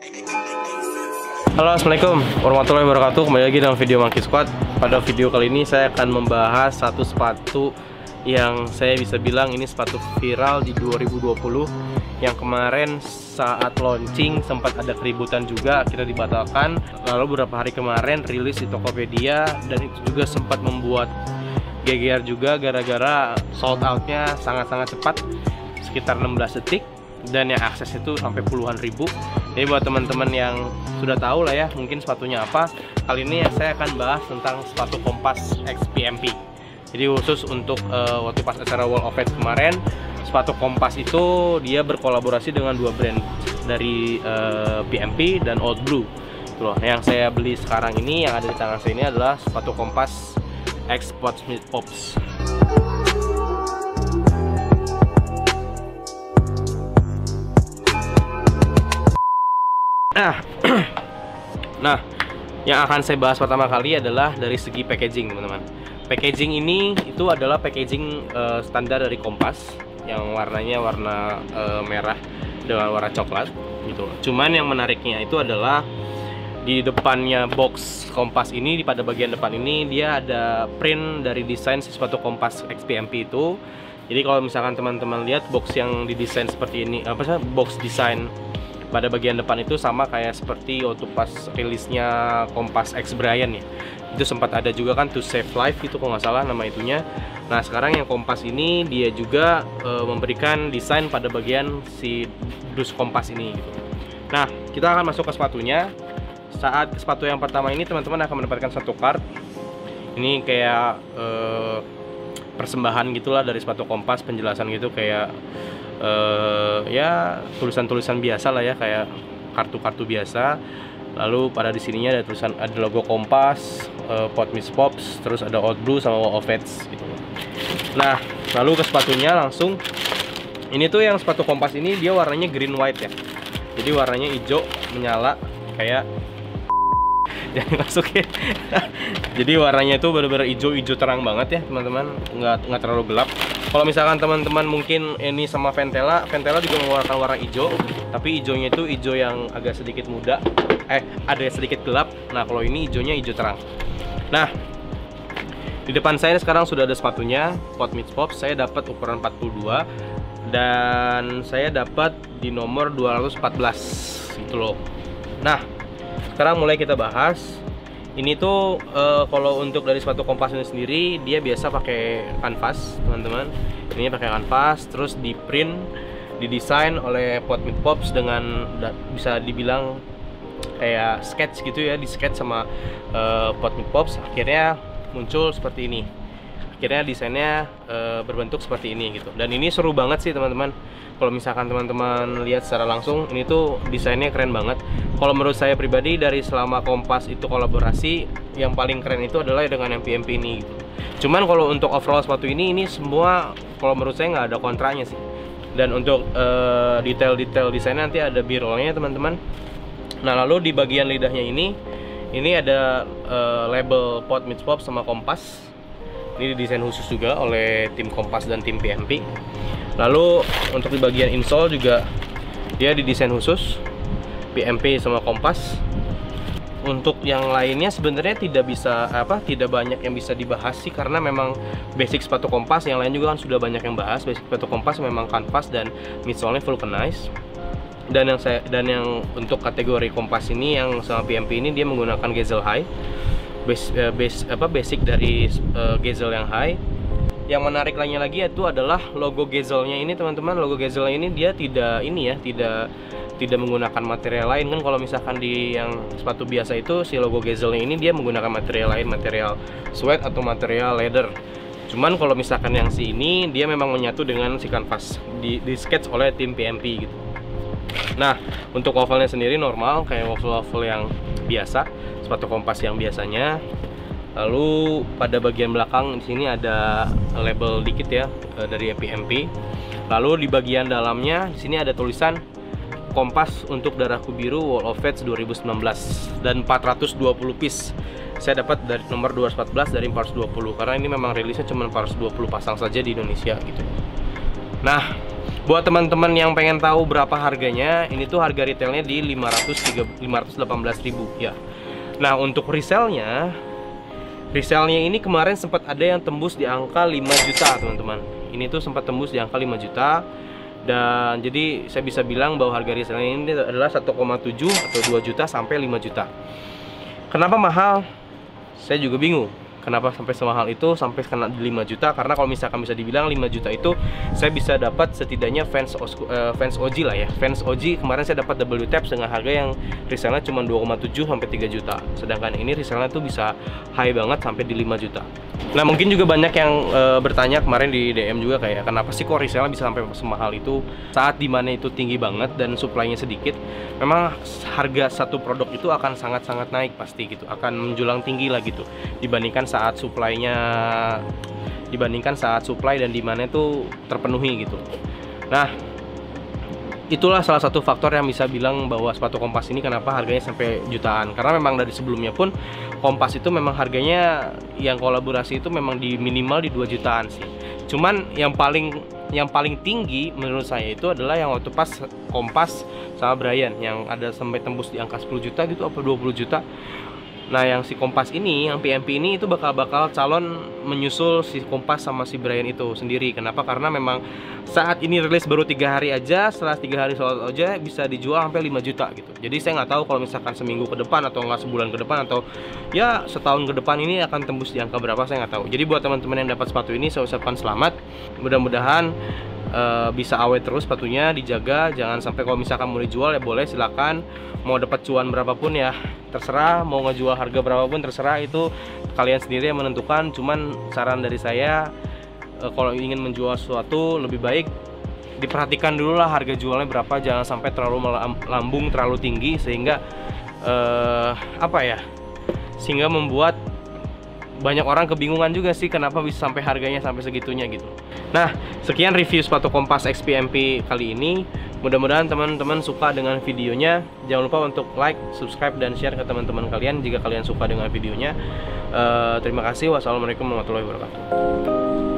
Halo, assalamualaikum warahmatullahi wabarakatuh. Kembali lagi dengan video Monkey Squad. Pada video kali ini saya akan membahas satu sepatu yang saya bisa bilang ini sepatu viral di 2020, yang kemarin saat launching sempat ada keributan juga, akhirnya dibatalkan. Lalu beberapa hari kemarin rilis di Tokopedia, dan itu juga sempat membuat geger juga gara-gara sold outnya sangat-sangat cepat, sekitar 16 detik, dan yang akses itu sampai puluhan ribu. Jadi buat teman-teman yang sudah tahu lah ya mungkin sepatunya apa, kali ini saya akan bahas tentang sepatu Kompas X PMP. Jadi khusus untuk waktu pas acara Wall of Fame kemarin, sepatu Kompas itu dia berkolaborasi dengan dua brand dari PMP dan Old Blue. Tuh, yang saya beli sekarang ini, yang ada di tangan saya ini adalah sepatu Kompas X Podsmith Pops. Nah, yang akan saya bahas pertama kali adalah dari segi packaging, teman-teman. Packaging ini itu adalah packaging standar dari Kompas, yang warnanya warna merah dengan warna coklat gitu. Cuman yang menariknya itu adalah di depannya box Kompas ini, pada bagian depan ini dia ada print dari desain sepatu Kompas X PMP itu. Jadi kalau misalkan teman-teman lihat box yang didesain seperti ini, box desain pada bagian depan itu sama kayak seperti waktu pas rilisnya Kompas X Brian ya. Itu sempat ada juga kan, To Save Life itu kalau nggak salah nama itunya. Nah sekarang yang Kompas ini dia juga memberikan desain pada bagian si dus Kompas ini gitu. Nah kita akan masuk ke sepatunya. Saat sepatu yang pertama ini teman-teman akan mendapatkan satu card. Ini kayak persembahan gitulah dari sepatu Kompas, penjelasan gitu kayak ya tulisan-tulisan biasa lah ya, kayak kartu-kartu biasa. Lalu pada di sininya ada tulisan, ada logo Kompas, Podsmith Pops, terus ada Old Blue sama Wall of Fame gitu. Nah lalu ke sepatunya langsung. Ini tuh yang sepatu Kompas ini dia warnanya green white ya, jadi warnanya hijau menyala kayak jangan masukin. Jadi warnanya itu benar-benar hijau terang banget ya teman-teman, nggak terlalu gelap. Kalau misalkan teman-teman mungkin ini sama Ventela juga mengeluarkan warna hijau, tapi hijaunya itu hijau yang agak sedikit muda, ada sedikit gelap. Nah kalau ini hijaunya hijau terang. Nah di depan saya sekarang sudah ada sepatunya Podsmith Pops. Saya dapat ukuran 42 dan saya dapat di nomor 214 gitu loh. Nah sekarang mulai kita bahas. Ini tuh kalau untuk dari sepatu Kompas ini sendiri dia biasa pakai kanvas teman-teman. Ini pakai kanvas, terus di print, didesain oleh Podsmith Pops dengan bisa dibilang kayak sketch gitu ya, di sketch sama Podsmith Pops. Akhirnya muncul seperti ini. Akhirnya desainnya berbentuk seperti ini gitu. Dan ini seru banget sih teman-teman. Kalau misalkan teman-teman lihat secara langsung, ini tuh desainnya keren banget. Kalau menurut saya pribadi, dari selama Kompas itu kolaborasi, yang paling keren itu adalah dengan yang PMP ini gitu. Cuman kalau untuk overall sepatu ini semua kalau menurut saya nggak ada kontranya sih. Dan untuk detail-detail desainnya nanti ada b-rollnya teman-teman. Nah lalu di bagian lidahnya ini ada label Podsmith Pops sama Kompas. Ini didesain khusus juga oleh tim Kompas dan tim PMP. Lalu untuk di bagian insole juga dia didesain khusus PMP sama Kompas. Untuk yang lainnya sebenarnya tidak banyak yang bisa dibahas sih, karena memang basic sepatu Kompas yang lain juga kan sudah banyak yang bahas. Basic sepatu Kompas memang kanvas dan midsole-nya vulcanized. Dan yang untuk kategori Kompas ini yang sama PMP ini dia menggunakan bezel high. Basic dari bezel yang high. Yang menarik lainnya lagi itu adalah logo bezelnya ini teman-teman. Logo bezelnya ini dia tidak menggunakan material lain kan. Kalau misalkan di yang sepatu biasa itu si logo bezelnya ini dia menggunakan material lain, material suede atau material leather. Cuman kalau misalkan yang si ini dia memang menyatu dengan si kanvas, di sketch oleh tim PMP gitu. Nah untuk wafelnya sendiri normal kayak waffle yang biasa, sepatu Kompas yang biasanya. Lalu pada bagian belakang di sini ada label dikit ya dari PMP. Lalu di bagian dalamnya di sini ada tulisan Kompas untuk Darahku Biru Wall of Fame 2019 dan 420 piece. Saya dapat dari nomor 214 dari 420 karena ini memang rilisnya cuma 420 pasang saja di Indonesia gitu. Nah, Buat teman-teman yang pengen tahu berapa harganya, ini tuh harga retailnya di 518.000 ya. Nah, untuk resellnya ini kemarin sempat ada yang tembus di angka 5 juta teman-teman. Ini tuh sempat tembus di angka 5 juta. Dan jadi saya bisa bilang bahwa harga resellnya ini adalah 1,7 atau 2 juta sampai 5 juta. Kenapa mahal? Saya juga bingung. Kenapa sampai semahal itu, sampai kena 5 juta? Karena kalau misalkan bisa dibilang 5 juta itu saya bisa dapat setidaknya fans OG lah ya. Fans OG kemarin saya dapat double tap dengan harga yang resellnya cuma 2,7 sampai 3 juta. Sedangkan ini resellnya tuh bisa high banget sampai di 5 juta. Nah, mungkin juga banyak yang bertanya kemarin di DM juga kayak kenapa sih kok resellnya bisa sampai semahal itu saat demandnya itu tinggi banget dan supply-nya sedikit. Memang harga satu produk itu akan sangat-sangat naik pasti gitu, akan menjulang tinggi lah gitu dibandingkan saat supply dan demandnya itu terpenuhi gitu. Nah, itulah salah satu faktor yang bisa bilang bahwa sepatu Kompas ini kenapa harganya sampai jutaan. Karena memang dari sebelumnya pun Kompas itu memang harganya yang kolaborasi itu memang di minimal di 2 jutaan sih. Cuman yang paling tinggi menurut saya itu adalah yang waktu pas Kompas sama Brian yang ada sampai tembus di angka 10 juta gitu apa 20 juta. Nah, yang si Kompas ini, yang PMP ini itu bakal calon menyusul si Kompas sama si Brian itu sendiri. Kenapa? Karena memang saat ini rilis baru 3 hari aja, setelah 3 hari sold aja bisa dijual sampai 5 juta gitu. Jadi saya nggak tahu kalau misalkan seminggu ke depan atau nggak sebulan ke depan atau ya setahun ke depan ini akan tembus di angka berapa, saya nggak tahu. Jadi buat teman-teman yang dapat sepatu ini saya ucapkan selamat. Mudah-mudahan bisa awet terus sepatunya, dijaga, jangan sampai kalau misalkan mau dijual ya boleh silakan, mau dapat cuan berapapun ya terserah, mau ngejual harga berapapun terserah, itu kalian sendiri yang menentukan. Cuman saran dari saya kalau ingin menjual sesuatu lebih baik diperhatikan dulu lah harga jualnya berapa, jangan sampai terlalu melambung terlalu tinggi sehingga sehingga membuat banyak orang kebingungan juga sih kenapa bisa sampai harganya sampai segitunya gitu. Nah, sekian review sepatu Kompas X PMP kali ini. Mudah-mudahan teman-teman suka dengan videonya. Jangan lupa untuk like, subscribe, dan share ke teman-teman kalian jika kalian suka dengan videonya. Terima kasih. Wassalamualaikum warahmatullahi wabarakatuh.